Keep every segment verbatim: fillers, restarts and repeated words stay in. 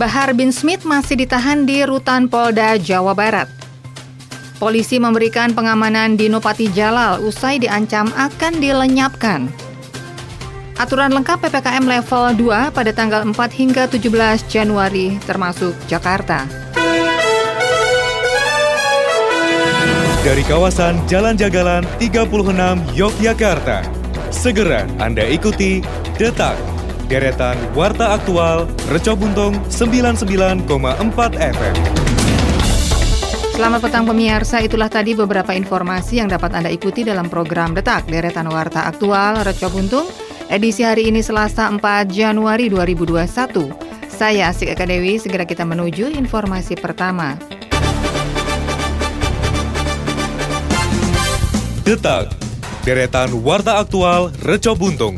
Bahar bin Smith masih ditahan di rutan Polda Jawa Barat. Polisi memberikan pengamanan Dino Patijalal usai diancam akan dilenyapkan. Aturan lengkap P P K M level dua pada tanggal empat hingga tujuh belas Januari termasuk Jakarta. Dari kawasan Jalan Jagalan tiga puluh enam Yogyakarta, segera Anda ikuti Detak, deretan Warta Aktual Reco Buntung sembilan puluh sembilan koma empat F M. Selamat petang pemirsa, itulah tadi beberapa informasi yang dapat Anda ikuti dalam program Detak, deretan Warta Aktual Reco Buntung, edisi hari ini Selasa empat Januari dua ribu dua puluh satu. Saya Asik Eka Dewi, segera kita menuju informasi pertama. Detak, deretan Warta Aktual Reco Buntung.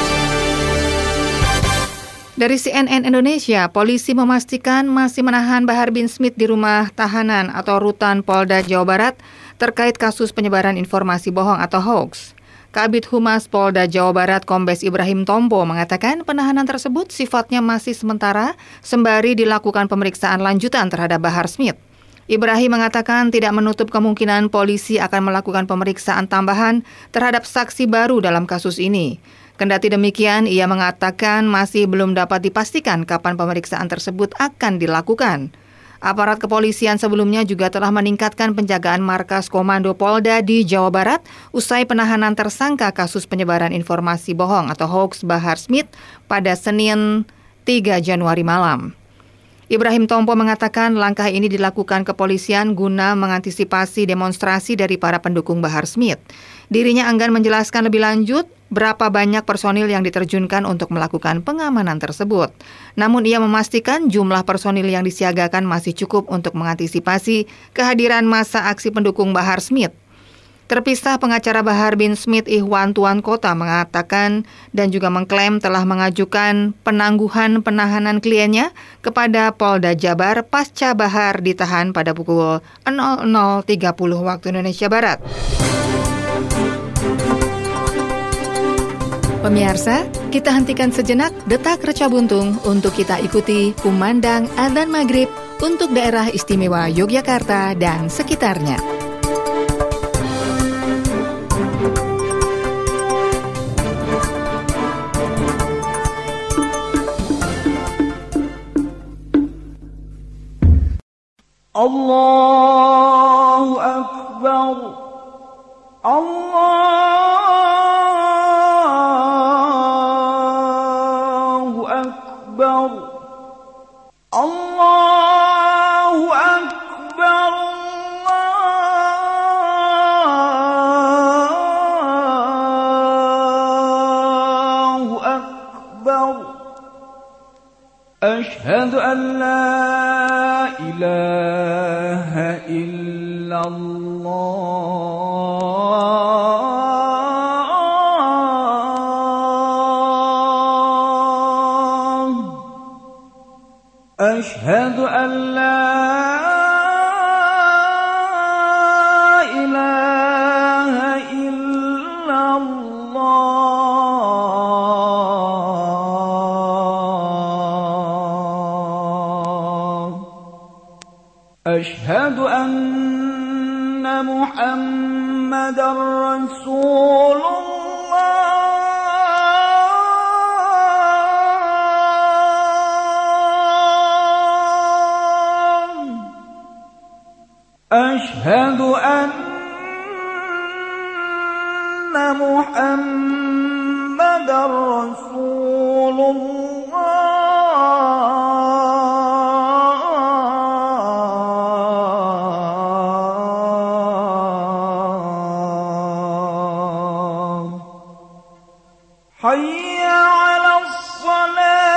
Dari C N N Indonesia, polisi memastikan masih menahan Bahar bin Smith di rumah tahanan atau rutan Polda Jawa Barat terkait kasus penyebaran informasi bohong atau hoax. Kabid Humas Polda Jawa Barat Kombes Ibrahim Tompo mengatakan penahanan tersebut sifatnya masih sementara sembari dilakukan pemeriksaan lanjutan terhadap Bahar Smith. Ibrahim mengatakan tidak menutup kemungkinan polisi akan melakukan pemeriksaan tambahan terhadap saksi baru dalam kasus ini. Kendati demikian, ia mengatakan masih belum dapat dipastikan kapan pemeriksaan tersebut akan dilakukan. Aparat kepolisian sebelumnya juga telah meningkatkan penjagaan markas Komando Polda di Jawa Barat usai penahanan tersangka kasus penyebaran informasi bohong atau hoax Bahar Smith pada Senin tiga Januari malam. Ibrahim Tompo mengatakan langkah ini dilakukan kepolisian guna mengantisipasi demonstrasi dari para pendukung Bahar Smith. Dirinya enggan menjelaskan lebih lanjut berapa banyak personil yang diterjunkan untuk melakukan pengamanan tersebut. Namun ia memastikan jumlah personil yang disiagakan masih cukup untuk mengantisipasi kehadiran massa aksi pendukung Bahar Smith. Terpisah, pengacara Bahar bin Smith Ikhwan Tuan Kota mengatakan dan juga mengklaim telah mengajukan penangguhan penahanan kliennya kepada Polda Jabar pasca Bahar ditahan pada pukul nol nol tiga puluh waktu Indonesia Barat. Pemirsa, kita hentikan sejenak Detak Reca Buntung untuk kita ikuti kumandang adzan maghrib untuk daerah istimewa Yogyakarta dan sekitarnya. Allahu Akbar, Allahu Akbar, Allahu Akbar, Allahu Akbar. Asyhadu an la ilaha illallah. Asyhadu an la ilaha illallah. Asyhadu anna Muhammadar Rasulullah. Asyhadu anna Muhammadar Rasulullah. Hayya 'alas salah.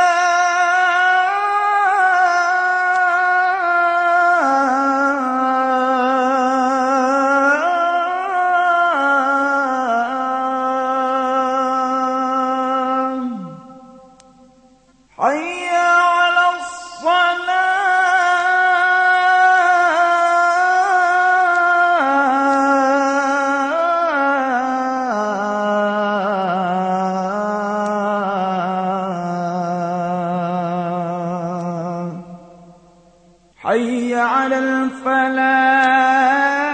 Hayya 'alas salah. على الفلاح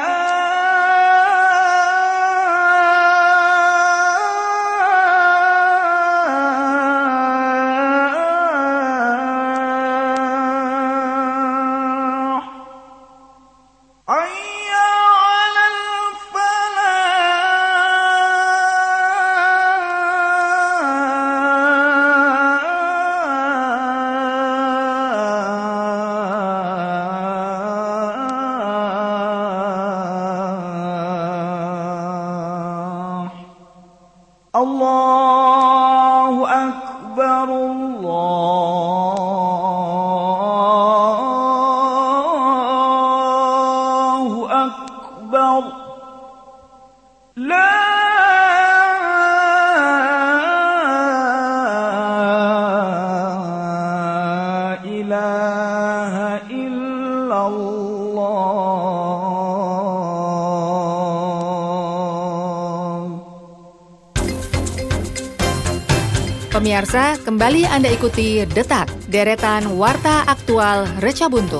Allahu Akbar, Allahu Akbar, La ilaha illallah. Pemirsa, kembali Anda ikuti Detak, deretan Warta Aktual Reca Buntung.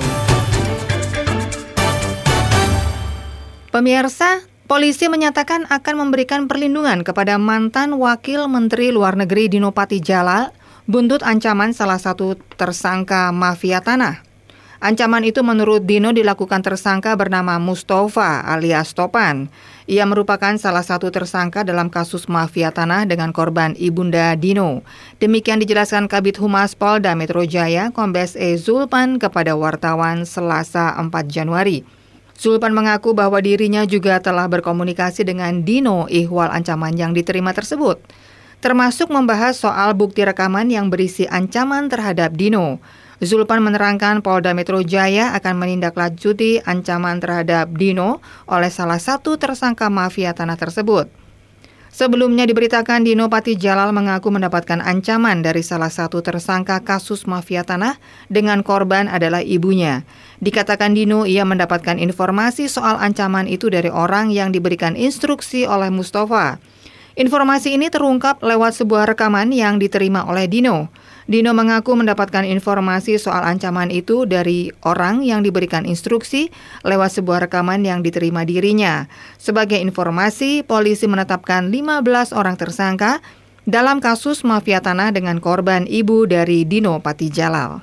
Pemirsa, polisi menyatakan akan memberikan perlindungan kepada mantan Wakil Menteri Luar Negeri Dino Patijalal buntut ancaman salah satu tersangka mafia tanah. Ancaman itu menurut Dino dilakukan tersangka bernama Mustafa alias Topan. Ia merupakan salah satu tersangka dalam kasus mafia tanah dengan korban ibunda Dino. Demikian dijelaskan Kabid Humas Polda Metro Jaya, Kombes E. Zulpan kepada wartawan Selasa empat Januari. Zulpan mengaku bahwa dirinya juga telah berkomunikasi dengan Dino ihwal ancaman yang diterima tersebut, termasuk membahas soal bukti rekaman yang berisi ancaman terhadap Dino. Zulpan menerangkan Polda Metro Jaya akan menindaklanjuti ancaman terhadap Dino oleh salah satu tersangka mafia tanah tersebut. Sebelumnya diberitakan Dino Patijalal mengaku mendapatkan ancaman dari salah satu tersangka kasus mafia tanah dengan korban adalah ibunya. Dikatakan Dino ia mendapatkan informasi soal ancaman itu dari orang yang diberikan instruksi oleh Mustafa. Informasi ini terungkap lewat sebuah rekaman yang diterima oleh Dino. Dino mengaku mendapatkan informasi soal ancaman itu dari orang yang diberikan instruksi lewat sebuah rekaman yang diterima dirinya. Sebagai informasi, polisi menetapkan lima belas orang tersangka dalam kasus mafia tanah dengan korban ibu dari Dino Patijalal.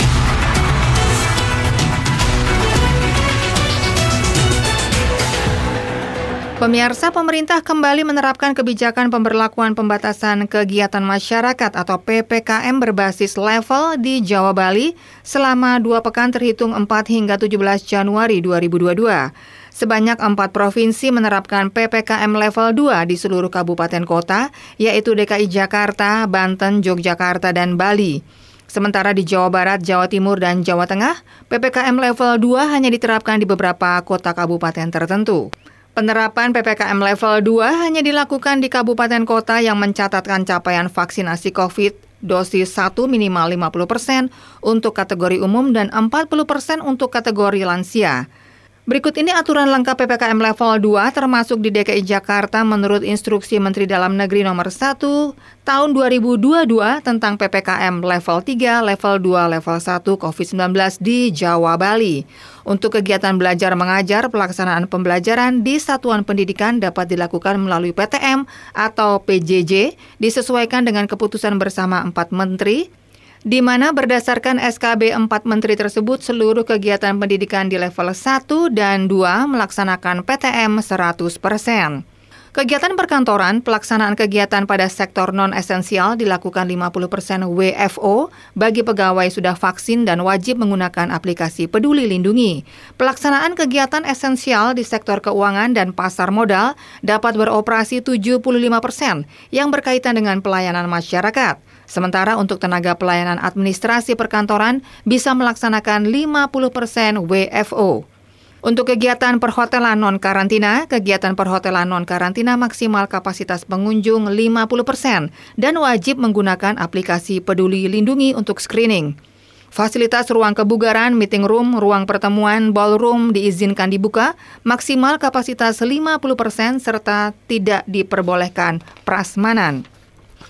Pemirsa, pemerintah kembali menerapkan kebijakan pemberlakuan pembatasan kegiatan masyarakat atau P P K M berbasis level di Jawa Bali selama dua pekan terhitung empat hingga tujuh belas Januari dua ribu dua puluh dua. Sebanyak empat provinsi menerapkan P P K M level dua di seluruh kabupaten kota, yaitu D K I Jakarta, Banten, Yogyakarta, dan Bali. Sementara di Jawa Barat, Jawa Timur, dan Jawa Tengah, P P K M level dua hanya diterapkan di beberapa kota kabupaten tertentu. Penerapan P P K M level dua hanya dilakukan di kabupaten kota yang mencatatkan capaian vaksinasi COVID dosis satu minimal lima puluh persen untuk kategori umum dan empat puluh persen untuk kategori lansia. Berikut ini aturan lengkap P P K M level dua termasuk di D K I Jakarta menurut Instruksi Menteri Dalam Negeri nomor satu tahun dua ribu dua puluh dua tentang P P K M level tiga, level dua, level satu covid sembilan belas di Jawa Bali. Untuk kegiatan belajar mengajar, pelaksanaan pembelajaran di satuan pendidikan dapat dilakukan melalui P T M atau P J J disesuaikan dengan keputusan bersama empat menteri, di mana berdasarkan S K B empat menteri tersebut seluruh kegiatan pendidikan di level satu dan dua melaksanakan P T M seratus persen. Kegiatan perkantoran, pelaksanaan kegiatan pada sektor non-esensial dilakukan lima puluh persen W F O bagi pegawai sudah vaksin dan wajib menggunakan aplikasi Peduli Lindungi. Pelaksanaan kegiatan esensial di sektor keuangan dan pasar modal dapat beroperasi tujuh puluh lima persen yang berkaitan dengan pelayanan masyarakat. Sementara untuk tenaga pelayanan administrasi perkantoran bisa melaksanakan lima puluh persen W F O. Untuk kegiatan perhotelan non-karantina, kegiatan perhotelan non-karantina maksimal kapasitas pengunjung lima puluh persen dan wajib menggunakan aplikasi Peduli Lindungi untuk screening. Fasilitas ruang kebugaran, meeting room, ruang pertemuan, ballroom diizinkan dibuka, maksimal kapasitas lima puluh persen serta tidak diperbolehkan prasmanan.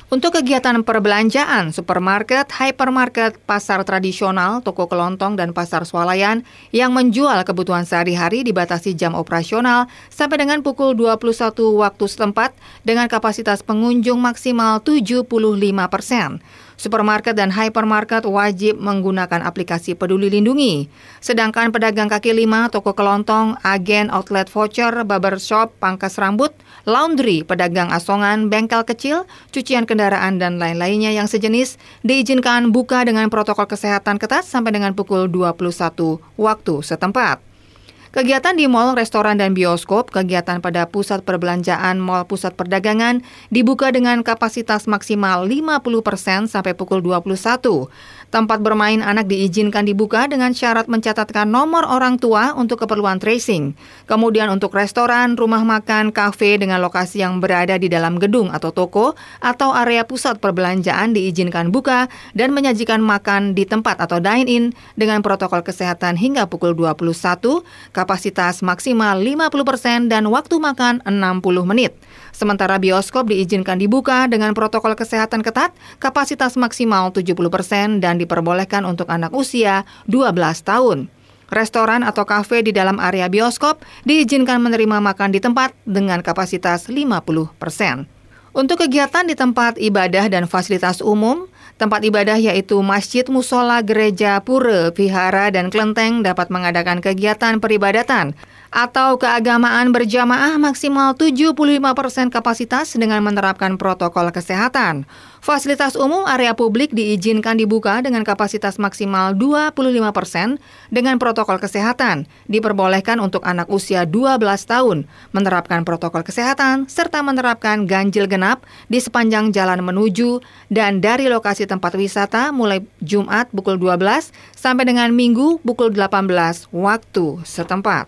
Untuk kegiatan perbelanjaan, supermarket, hypermarket, pasar tradisional, toko kelontong, dan pasar swalayan yang menjual kebutuhan sehari-hari dibatasi jam operasional sampai dengan pukul dua puluh satu waktu setempat dengan kapasitas pengunjung maksimal tujuh puluh lima persen. Supermarket dan hypermarket wajib menggunakan aplikasi Peduli Lindungi. Sedangkan pedagang kaki lima, toko kelontong, agen, outlet voucher, barbershop, pangkas rambut, laundry, pedagang asongan, bengkel kecil, cucian kendaraan, dan lain-lainnya yang sejenis diizinkan buka dengan protokol kesehatan ketat sampai dengan pukul dua puluh satu waktu setempat. Kegiatan di mal, restoran, dan bioskop, kegiatan pada pusat perbelanjaan, mal, pusat perdagangan dibuka dengan kapasitas maksimal lima puluh persen sampai pukul dua puluh satu. Tempat bermain anak diizinkan dibuka dengan syarat mencatatkan nomor orang tua untuk keperluan tracing. Kemudian untuk restoran, rumah makan, kafe dengan lokasi yang berada di dalam gedung atau toko atau area pusat perbelanjaan diizinkan buka dan menyajikan makan di tempat atau dine-in dengan protokol kesehatan hingga pukul dua puluh satu, kapasitas maksimal lima puluh persen dan waktu makan enam puluh menit. Sementara bioskop diizinkan dibuka dengan protokol kesehatan ketat, kapasitas maksimal tujuh puluh persen dan diperbolehkan untuk anak usia dua belas tahun. Restoran atau kafe di dalam area bioskop diizinkan menerima makan di tempat dengan kapasitas lima puluh persen. Untuk kegiatan di tempat ibadah dan fasilitas umum, tempat ibadah yaitu masjid, musola, gereja, pura, vihara, dan kelenteng dapat mengadakan kegiatan peribadatan atau keagamaan berjamaah maksimal tujuh puluh lima persen kapasitas dengan menerapkan protokol kesehatan. Fasilitas umum area publik diizinkan dibuka dengan kapasitas maksimal dua puluh lima persen dengan protokol kesehatan. Diperbolehkan untuk anak usia dua belas tahun menerapkan protokol kesehatan serta menerapkan ganjil genap di sepanjang jalan menuju dan dari lokasi tempat wisata mulai Jumat pukul dua belas sampai dengan Minggu pukul delapan belas waktu setempat.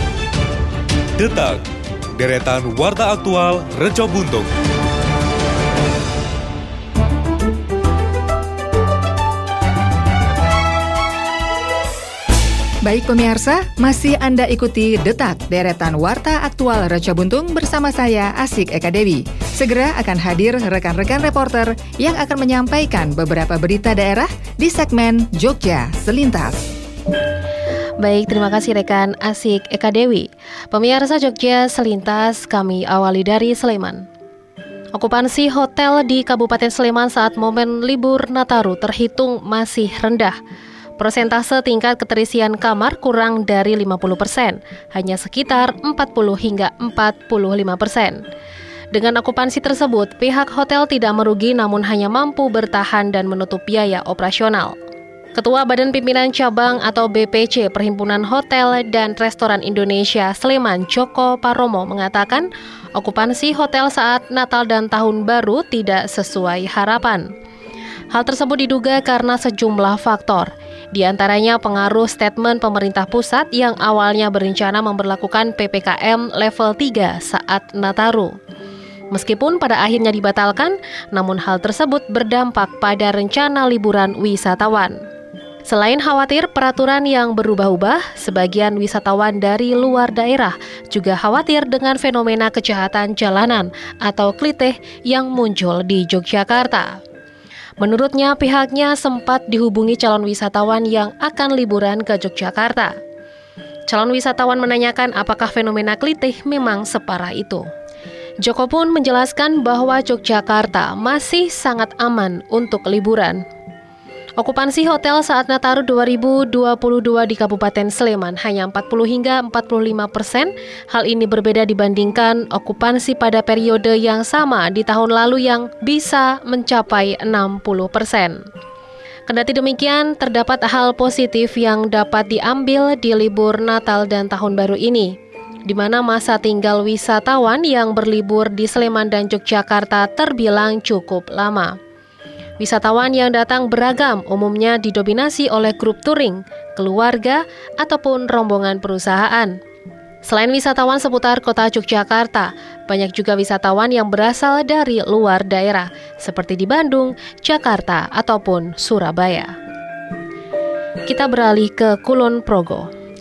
Detak, deretan warta aktual Reco Buntung. Baik pemirsa, masih Anda ikuti Detak, deretan warta aktual Reco Buntung bersama saya Asik Eka Dewi. Segera akan hadir rekan-rekan reporter yang akan menyampaikan beberapa berita daerah di segmen Jogja Selintas. Baik, terima kasih rekan Asik Eka Dewi. Pemirsa Jogja Selintas, kami awali dari Sleman. Okupansi hotel di Kabupaten Sleman saat momen libur Nataru terhitung masih rendah. Persentase tingkat keterisian kamar kurang dari lima puluh persen, hanya sekitar empat puluh hingga empat puluh lima persen. Dengan okupansi tersebut, pihak hotel tidak merugi namun hanya mampu bertahan dan menutup biaya operasional. Ketua Badan Pimpinan Cabang atau B P C Perhimpunan Hotel dan Restoran Indonesia Sleman, Joko Paromo mengatakan, okupansi hotel saat Natal dan Tahun Baru tidak sesuai harapan. Hal tersebut diduga karena sejumlah faktor, di antaranya pengaruh statement pemerintah pusat yang awalnya berencana memberlakukan P P K M level tiga saat Nataru. Meskipun pada akhirnya dibatalkan, namun hal tersebut berdampak pada rencana liburan wisatawan. Selain khawatir peraturan yang berubah-ubah, sebagian wisatawan dari luar daerah juga khawatir dengan fenomena kejahatan jalanan atau klitih yang muncul di Yogyakarta. Menurutnya, pihaknya sempat dihubungi calon wisatawan yang akan liburan ke Yogyakarta. Calon wisatawan menanyakan apakah fenomena klitih memang separah itu. Joko pun menjelaskan bahwa Yogyakarta masih sangat aman untuk liburan. Okupansi hotel saat Nataru dua ribu dua puluh dua di Kabupaten Sleman hanya empat puluh hingga empat puluh lima persen. Hal ini berbeda dibandingkan okupansi pada periode yang sama di tahun lalu yang bisa mencapai enam puluh persen. Kendati demikian, terdapat hal positif yang dapat diambil di libur Natal dan Tahun Baru ini, di mana masa tinggal wisatawan yang berlibur di Sleman dan Yogyakarta terbilang cukup lama. Wisatawan yang datang beragam, umumnya didominasi oleh grup touring, keluarga, ataupun rombongan perusahaan. Selain wisatawan seputar kota Yogyakarta, banyak juga wisatawan yang berasal dari luar daerah, seperti di Bandung, Jakarta, ataupun Surabaya. Kita beralih ke Kulon Progo.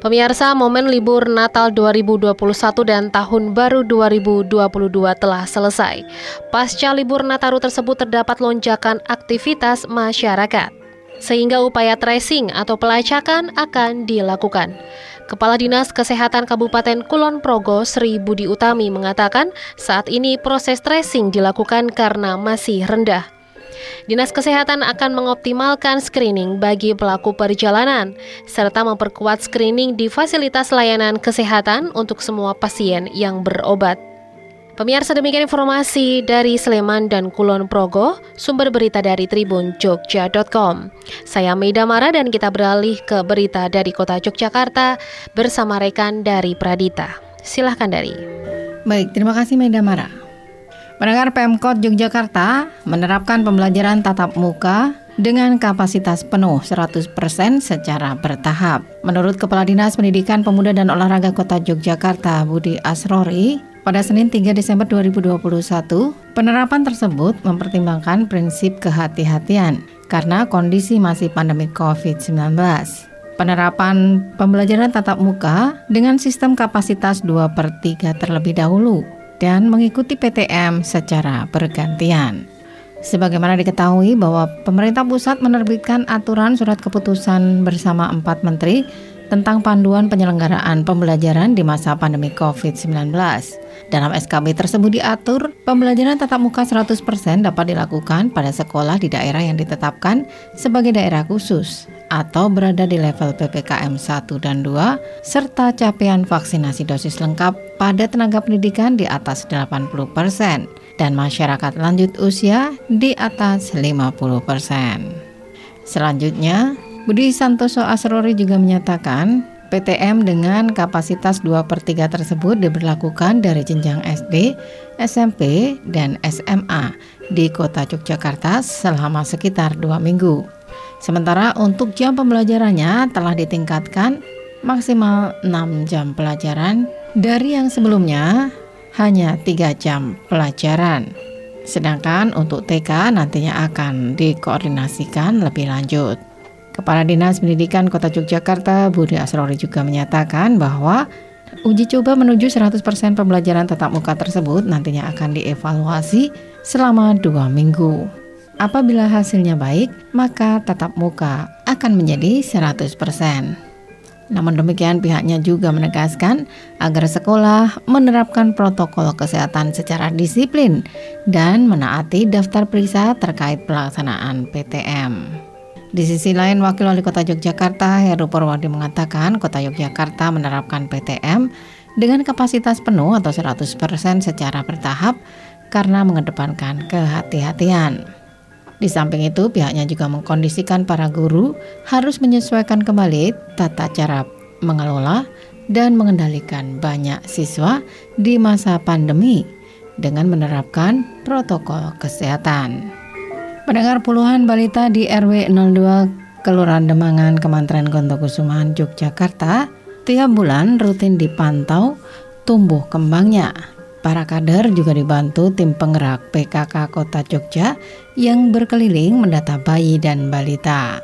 Pemirsa, momen libur Natal dua ribu dua puluh satu dan Tahun Baru dua ribu dua puluh dua telah selesai. Pasca libur Nataru tersebut terdapat lonjakan aktivitas masyarakat, sehingga upaya tracing atau pelacakan akan dilakukan. Kepala Dinas Kesehatan Kabupaten Kulon Progo Sri Budi Utami mengatakan saat ini proses tracing dilakukan karena masih rendah. Dinas Kesehatan akan mengoptimalkan screening bagi pelaku perjalanan, serta memperkuat screening di fasilitas layanan kesehatan untuk semua pasien yang berobat. Pemirsa, demikian informasi dari Sleman dan Kulon Progo, sumber berita dari tribun jogja dot com. Saya Meida Mara dan kita beralih ke berita dari kota Yogyakarta bersama rekan dari Pradita. Silahkan dari. Baik, terima kasih Meida Mara. Pendengar, Pemkot Yogyakarta menerapkan pembelajaran tatap muka dengan kapasitas penuh seratus persen secara bertahap. Menurut Kepala Dinas Pendidikan Pemuda dan Olahraga Kota Yogyakarta, Budi Asrori, pada Senin tiga Desember dua ribu dua puluh satu, penerapan tersebut mempertimbangkan prinsip kehati-hatian karena kondisi masih pandemi covid sembilan belas. Penerapan pembelajaran tatap muka dengan sistem kapasitas dua per tiga terlebih dahulu dan mengikuti P T M secara bergantian. Sebagaimana diketahui bahwa pemerintah pusat menerbitkan aturan surat keputusan bersama empat menteri tentang panduan penyelenggaraan pembelajaran di masa pandemi covid sembilan belas. Dalam S K B tersebut diatur pembelajaran tatap muka seratus persen dapat dilakukan pada sekolah di daerah yang ditetapkan sebagai daerah khusus atau berada di level P P K M satu dan dua serta capaian vaksinasi dosis lengkap pada tenaga pendidikan di atas delapan puluh persen dan masyarakat lanjut usia di atas lima puluh persen. Selanjutnya, Budi Santoso Asrori juga menyatakan P T M dengan kapasitas dua per tiga tersebut diberlakukan dari jenjang S D, S M P, dan S M A di kota Yogyakarta selama sekitar dua minggu. Sementara untuk jam pembelajarannya telah ditingkatkan maksimal enam jam pelajaran dari yang sebelumnya hanya tiga jam pelajaran. Sedangkan untuk T K nantinya akan dikoordinasikan lebih lanjut. Kepala Dinas Pendidikan Kota Yogyakarta, Budi Asrori juga menyatakan bahwa uji coba menuju seratus persen pembelajaran tatap muka tersebut nantinya akan dievaluasi selama dua minggu. Apabila hasilnya baik, maka tatap muka akan menjadi seratus persen. Namun demikian, pihaknya juga menegaskan agar sekolah menerapkan protokol kesehatan secara disiplin dan menaati daftar periksa terkait pelaksanaan P T M. Di sisi lain, Wakil Wali Kota Yogyakarta, Heru Purwadi mengatakan Kota Yogyakarta menerapkan P T M dengan kapasitas penuh atau seratus persen secara bertahap karena mengedepankan kehati-hatian. Di samping itu, pihaknya juga mengkondisikan para guru harus menyesuaikan kembali tata cara mengelola dan mengendalikan banyak siswa di masa pandemi dengan menerapkan protokol kesehatan. Pendengar, puluhan balita di R W nol dua Kelurahan Demangan, Kementerian Gontokusuman, Yogyakarta tiap bulan rutin dipantau tumbuh kembangnya. Para kader juga dibantu tim penggerak P K K Kota Jogja yang berkeliling mendata bayi dan balita.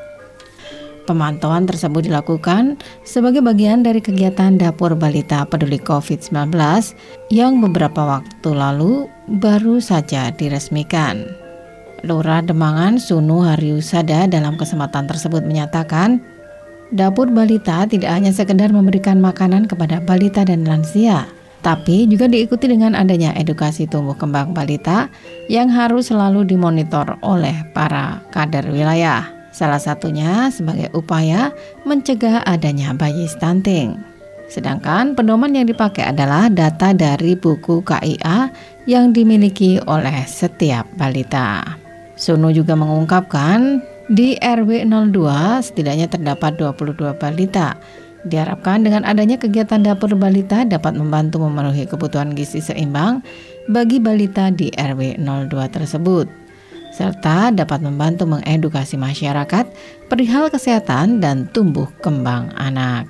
Pemantauan tersebut dilakukan sebagai bagian dari kegiatan Dapur Balita Peduli covid sembilan belas yang beberapa waktu lalu baru saja diresmikan. Lurah Demangan Sunu Haryusada dalam kesempatan tersebut menyatakan, Dapur Balita tidak hanya sekedar memberikan makanan kepada balita dan lansia, tapi juga diikuti dengan adanya edukasi tumbuh kembang balita yang harus selalu dimonitor oleh para kader wilayah. Salah satunya sebagai upaya mencegah adanya bayi stunting. Sedangkan pedoman yang dipakai adalah data dari buku K I A yang dimiliki oleh setiap balita. Sunu juga mengungkapkan di R W nol dua setidaknya terdapat dua puluh dua balita. Diharapkan dengan adanya kegiatan Dapur Balita dapat membantu memenuhi kebutuhan gizi seimbang bagi balita di R W nol dua tersebut, serta dapat membantu mengedukasi masyarakat perihal kesehatan dan tumbuh kembang anak.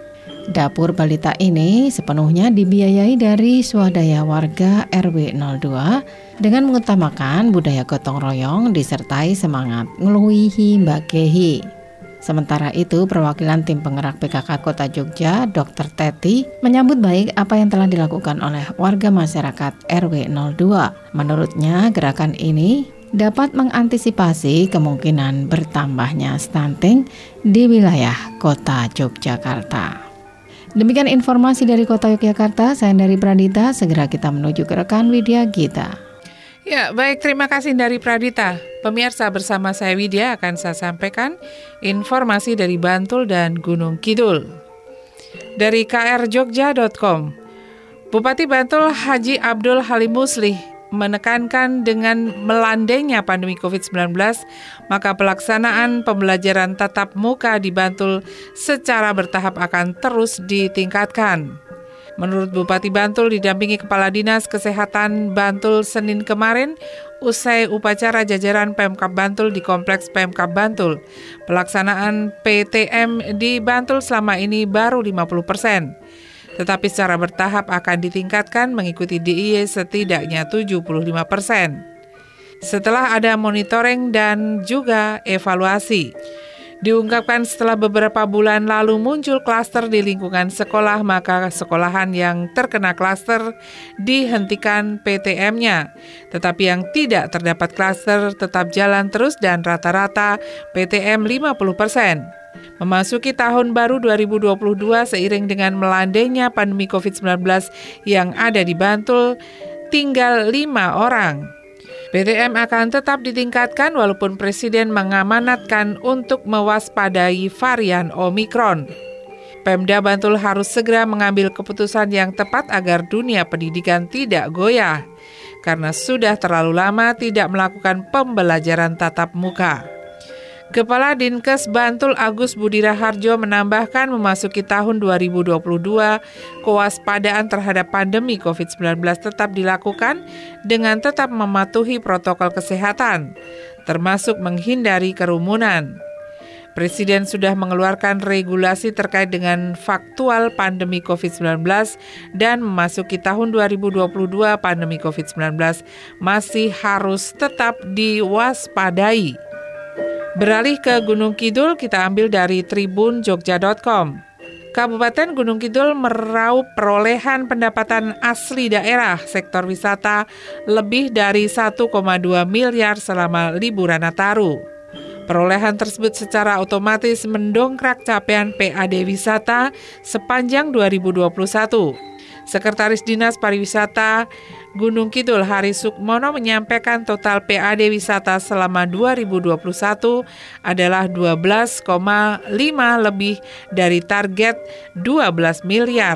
Dapur Balita ini sepenuhnya dibiayai dari swadaya warga R W nol dua dengan mengutamakan budaya gotong royong disertai semangat ngluwihi mbakehi. Sementara itu, perwakilan tim penggerak P K K Kota Jogja, dokter Teti, menyambut baik apa yang telah dilakukan oleh warga masyarakat R W nol dua. Menurutnya, gerakan ini dapat mengantisipasi kemungkinan bertambahnya stunting di wilayah Kota Yogyakarta. Demikian informasi dari Kota Yogyakarta, saya dari Pradita, segera kita menuju ke rekan Widya Gita. Ya, baik, terima kasih dari Pradita. Pemirsa, bersama saya Widya akan saya sampaikan informasi dari Bantul dan Gunung Kidul. Dari k r jogja dot com, Bupati Bantul Haji Abdul Halim Muslih menekankan dengan melandainya pandemi covid sembilan belas, maka pelaksanaan pembelajaran tatap muka di Bantul secara bertahap akan terus ditingkatkan. Menurut Bupati Bantul didampingi Kepala Dinas Kesehatan Bantul Senin kemarin, usai upacara jajaran Pemkab Bantul di Kompleks Pemkab Bantul, pelaksanaan P T M di Bantul selama ini baru lima puluh persen. Tetapi secara bertahap akan ditingkatkan mengikuti D I Y setidaknya tujuh puluh lima persen. Setelah ada monitoring dan juga evaluasi. Diungkapkan setelah beberapa bulan lalu muncul klaster di lingkungan sekolah, maka sekolahan yang terkena klaster dihentikan P T M-nya. Tetapi yang tidak terdapat klaster tetap jalan terus dan rata-rata P T M lima puluh persen. Memasuki tahun baru dua ribu dua puluh dua seiring dengan melandainya pandemi covid sembilan belas yang ada di Bantul, tinggal lima orang. P T M akan tetap ditingkatkan walaupun Presiden mengamanatkan untuk mewaspadai varian Omikron. Pemda Bantul harus segera mengambil keputusan yang tepat agar dunia pendidikan tidak goyah, karena sudah terlalu lama tidak melakukan pembelajaran tatap muka. Kepala Dinkes Bantul Agus Budi Raharjo menambahkan memasuki tahun dua ribu dua puluh dua, kewaspadaan terhadap pandemi covid sembilan belas tetap dilakukan dengan tetap mematuhi protokol kesehatan, termasuk menghindari kerumunan. Presiden sudah mengeluarkan regulasi terkait dengan faktual pandemi covid sembilan belas dan memasuki tahun dua ribu dua puluh dua pandemi covid sembilan belas masih harus tetap diwaspadai. Beralih ke Gunung Kidul, kita ambil dari tribun jogja dot com. Kabupaten Gunung Kidul meraup perolehan pendapatan asli daerah sektor wisata lebih dari satu koma dua miliar selama liburan Nataru. Perolehan tersebut secara otomatis mendongkrak capaian P A D wisata sepanjang dua ribu dua puluh satu. Sekretaris Dinas Pariwisata Gunung Kidul Hari Sukmono menyampaikan total P A D wisata selama dua ribu dua puluh satu adalah dua belas koma lima lebih dari target dua belas miliar.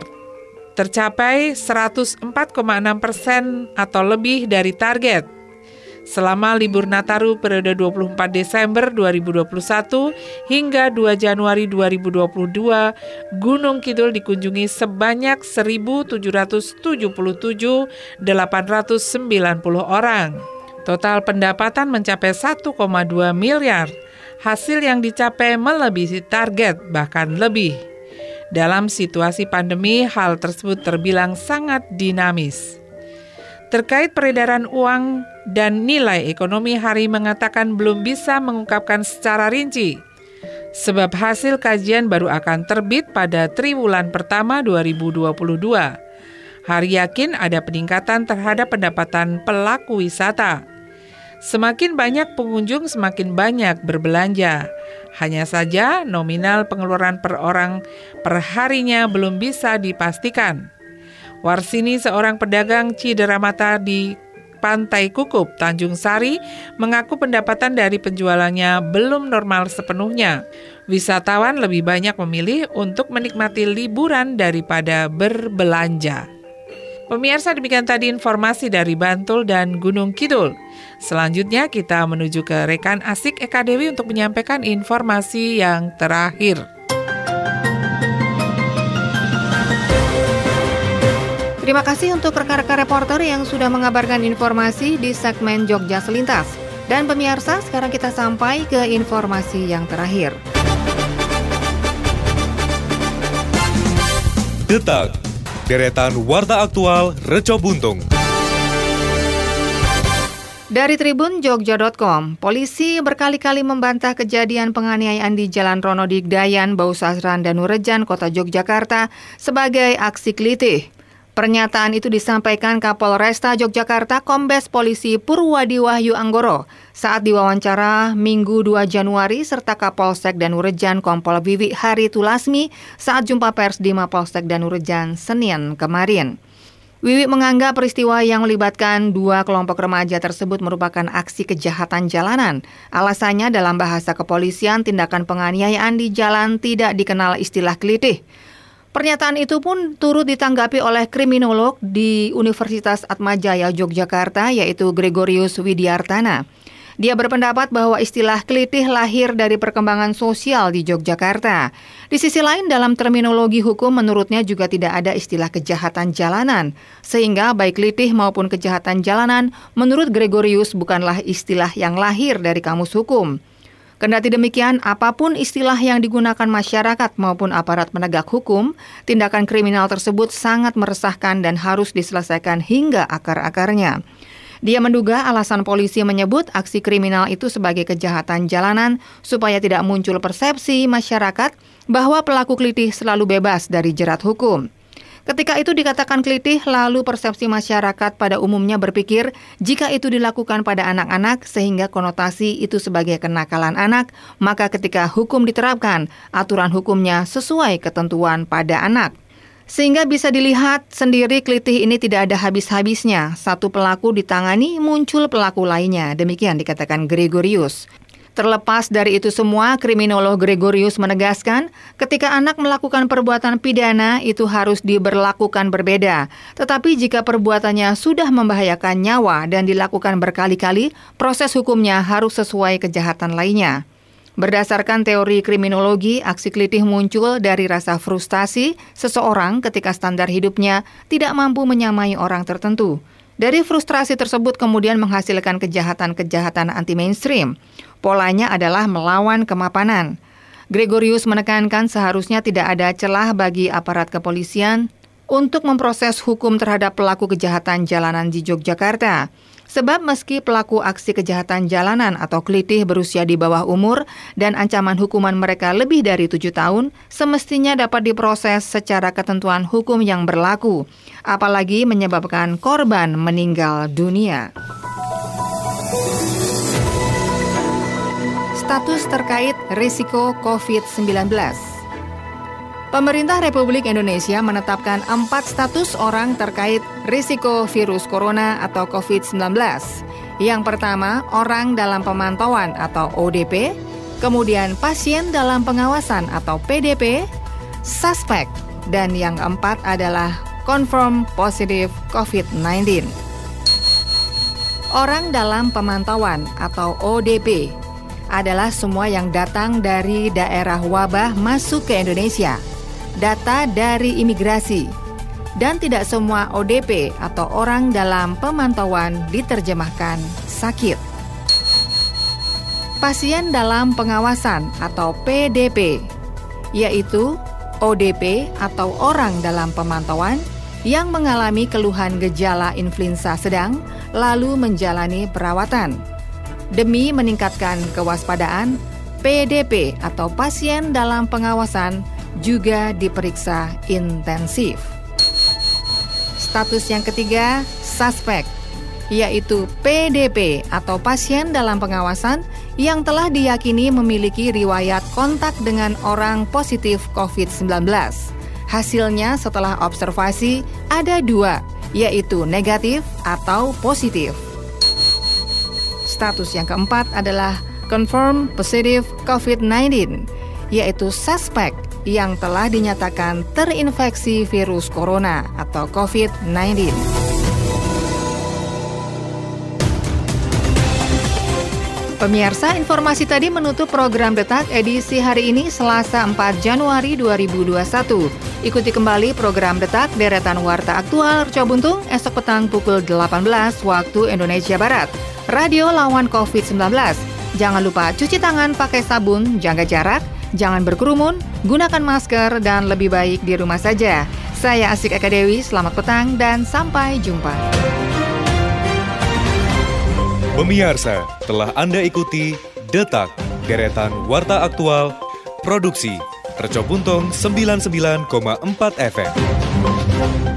Tercapai seratus empat koma enam persen atau lebih dari target. Selama libur Nataru periode dua puluh empat Desember dua ribu dua puluh satu hingga dua Januari dua ribu dua puluh dua, Gunung Kidul dikunjungi sebanyak seribu tujuh ratus tujuh puluh tujuh ribu delapan ratus sembilan puluh orang. Total pendapatan mencapai satu koma dua miliar. Hasil yang dicapai melebihi target, bahkan lebih. Dalam situasi pandemi, hal tersebut terbilang sangat dinamis. Terkait peredaran uang dan nilai ekonomi, Hari mengatakan belum bisa mengungkapkan secara rinci, sebab hasil kajian baru akan terbit pada triwulan pertama dua ribu dua puluh dua. Hari yakin ada peningkatan terhadap pendapatan pelaku wisata. Semakin banyak pengunjung, semakin banyak berbelanja. Hanya saja nominal pengeluaran per orang per harinya belum bisa dipastikan. Warsini, seorang pedagang Cideramata di Pantai Kukup, Tanjung Sari, mengaku pendapatan dari penjualannya belum normal sepenuhnya. Wisatawan lebih banyak memilih untuk menikmati liburan daripada berbelanja. Pemirsa, demikian tadi informasi dari Bantul dan Gunung Kidul. Selanjutnya kita menuju ke rekan Asik Eka Dewi untuk menyampaikan informasi yang terakhir. Terima kasih untuk rekan-rekan reporter yang sudah mengabarkan informasi di segmen Jogja Selintas. Dan pemirsa, sekarang kita sampai ke informasi yang terakhir. Detak, deretan warta aktual Reco Buntung. Dari Tribun Jogja titik com, polisi berkali-kali membantah kejadian penganiayaan di Jalan Rono Digdayan, Bausasran, Danurejan, Kota Yogyakarta sebagai aksi kelitih. Pernyataan itu disampaikan Kapolresta Yogyakarta Kombes Polisi Purwadi Wahyu Anggoro saat diwawancara Minggu dua Januari serta Kapolsek Danurejan Kompol Vivi Hari Tulasmi saat jumpa pers di Mapolsek Danurejan Senin kemarin. Wiwi menganggap peristiwa yang melibatkan dua kelompok remaja tersebut merupakan aksi kejahatan jalanan. Alasannya dalam bahasa kepolisian tindakan penganiayaan di jalan tidak dikenal istilah kelitih. Pernyataan itu pun turut ditanggapi oleh kriminolog di Universitas Atmajaya Yogyakarta yaitu Gregorius Widiartana. Dia berpendapat bahwa istilah kelitih lahir dari perkembangan sosial di Yogyakarta. Di sisi lain, dalam terminologi hukum menurutnya juga tidak ada istilah kejahatan jalanan. Sehingga baik kelitih maupun kejahatan jalanan menurut Gregorius bukanlah istilah yang lahir dari kamus hukum. Kendati demikian, apapun istilah yang digunakan masyarakat maupun aparat penegak hukum, tindakan kriminal tersebut sangat meresahkan dan harus diselesaikan hingga akar-akarnya. Dia menduga alasan polisi menyebut aksi kriminal itu sebagai kejahatan jalanan supaya tidak muncul persepsi masyarakat bahwa pelaku kelitih selalu bebas dari jerat hukum. Ketika itu dikatakan kelitih, lalu persepsi masyarakat pada umumnya berpikir jika itu dilakukan pada anak-anak sehingga konotasi itu sebagai kenakalan anak, maka ketika hukum diterapkan, aturan hukumnya sesuai ketentuan pada anak. Sehingga bisa dilihat sendiri kelitih ini tidak ada habis-habisnya. Satu pelaku ditangani, muncul pelaku lainnya. Demikian dikatakan Gregorius. Terlepas dari itu semua, kriminolog Gregorius menegaskan ketika anak melakukan perbuatan pidana itu harus diberlakukan berbeda. Tetapi jika perbuatannya sudah membahayakan nyawa dan dilakukan berkali-kali, proses hukumnya harus sesuai kejahatan lainnya. Berdasarkan teori kriminologi, aksi kelitih muncul dari rasa frustasi seseorang ketika standar hidupnya tidak mampu menyamai orang tertentu. Dari frustrasi tersebut kemudian menghasilkan kejahatan-kejahatan anti-mainstream. Polanya adalah melawan kemapanan. Gregorius menekankan seharusnya tidak ada celah bagi aparat kepolisian untuk memproses hukum terhadap pelaku kejahatan jalanan di Yogyakarta. Sebab meski pelaku aksi kejahatan jalanan atau kelitih berusia di bawah umur dan ancaman hukuman mereka lebih dari tujuh tahun, semestinya dapat diproses secara ketentuan hukum yang berlaku, apalagi menyebabkan korban meninggal dunia. Status terkait risiko covid sembilan belas. Pemerintah Republik Indonesia menetapkan empat status orang terkait risiko virus corona atau covid sembilan belas. Yang pertama, orang dalam pemantauan atau O D P, kemudian pasien dalam pengawasan atau P D P, suspek, dan yang keempat adalah confirm positive covid sembilan belas. Orang dalam pemantauan atau O D P adalah semua yang datang dari daerah wabah masuk ke Indonesia. Data dari imigrasi, dan tidak semua O D P atau orang dalam pemantauan diterjemahkan sakit. Pasien dalam pengawasan atau P D P, yaitu O D P atau orang dalam pemantauan yang mengalami keluhan gejala influenza sedang lalu menjalani perawatan. Demi meningkatkan kewaspadaan, P D P atau pasien dalam pengawasan juga diperiksa intensif. Status yang ketiga, suspek, yaitu P D P atau pasien dalam pengawasan yang telah diyakini memiliki riwayat kontak dengan orang positif covid sembilan belas. Hasilnya setelah observasi ada dua, yaitu negatif atau positif. Status yang keempat adalah confirm positive covid sembilan belas, yaitu suspek yang telah dinyatakan terinfeksi virus corona atau covid sembilan belas. Pemirsa, informasi tadi menutup program Detak edisi hari ini Selasa empat Januari dua ribu dua puluh satu. Ikuti kembali program Detak deretan Warta Aktual Reco Buntung esok petang pukul delapan belas waktu Indonesia Barat. Radio lawan covid sembilan belas. Jangan lupa cuci tangan pakai sabun, jaga jarak, jangan berkerumun, gunakan masker, dan lebih baik di rumah saja. Saya Asik Eka Dewi, selamat petang dan sampai jumpa. Pemirsa, telah Anda ikuti Detak, deretan Warta Aktual, Produksi Reco Buntung sembilan puluh sembilan koma empat F M.